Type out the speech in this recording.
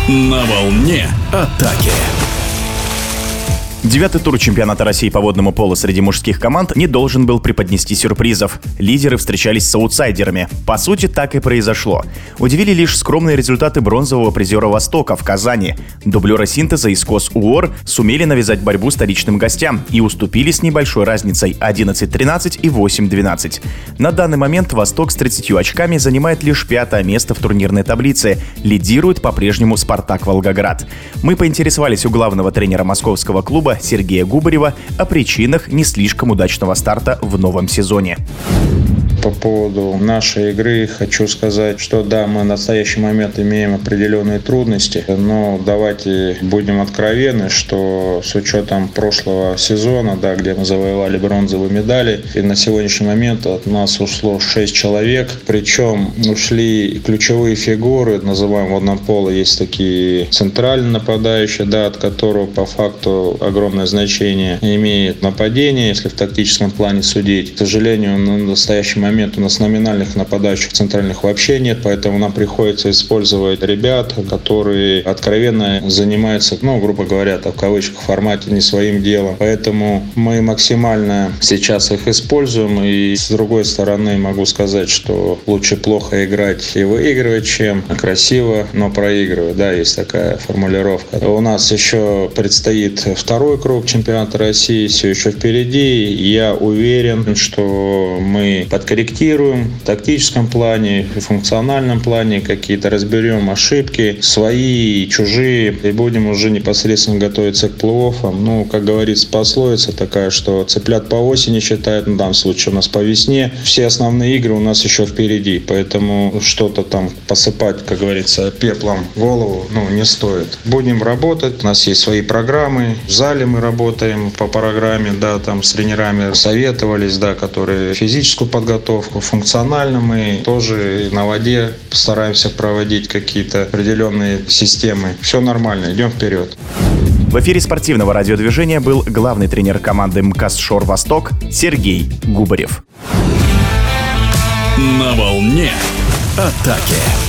На волне атаки. 9-й тур чемпионата России по водному поло среди мужских команд не должен был преподнести сюрпризов. Лидеры встречались с аутсайдерами. По сути, так и произошло. Удивили лишь скромные результаты бронзового призера Востока в Казани. Дублеры Синтеза и СКОС УОР сумели навязать борьбу столичным гостям и уступили с небольшой разницей 11-13 и 8-12. На данный момент Восток с 30 очками занимает лишь 5-е место в турнирной таблице. Лидирует по-прежнему Спартак Волгоград. Мы поинтересовались у главного тренера московского клуба Сергея Губарева о причинах не слишком удачного старта в новом сезоне. По поводу нашей игры хочу сказать, что да, мы в настоящий момент имеем определенные трудности, но давайте будем откровенны, что с учетом прошлого сезона, да, где мы завоевали бронзовые медали, и на сегодняшний момент от нас ушло 6 человек, причем ушли ключевые фигуры, называем в водном поло, есть такие центральные нападающие, да, от которого по факту огромное значение имеет нападение, если в тактическом плане судить. К сожалению, на настоящий момент у нас номинальных нападающих центральных вообще нет, поэтому нам приходится использовать ребят, которые откровенно занимаются, грубо говоря, в кавычках, формате не своим делом. Поэтому мы максимально сейчас их используем. И с другой стороны могу сказать, что лучше плохо играть и выигрывать, чем красиво, но проигрывать. Да, есть такая формулировка. У нас еще предстоит второй круг чемпионата России, все еще впереди. Я уверен, что мы подкорректируем в тактическом плане, в функциональном плане, какие-то разберем ошибки, свои, чужие, и будем уже непосредственно готовиться к плей-оффам. Как говорится, пословица такая, что цыплят по осени считают, в данном случае у нас по весне. Все основные игры у нас еще впереди, поэтому что-то там посыпать, как говорится, пеплом в голову, не стоит. Будем работать, у нас есть свои программы, в зале мы работаем по программе, да, там с тренерами советовались, да, которые физическую подготовку, функционально мы тоже на воде стараемся проводить какие-то определенные системы. Все нормально, идем вперед. В эфире спортивного радиодвижения был главный тренер команды МКАС «Шор Восток» Сергей Губарев. На волне атаки.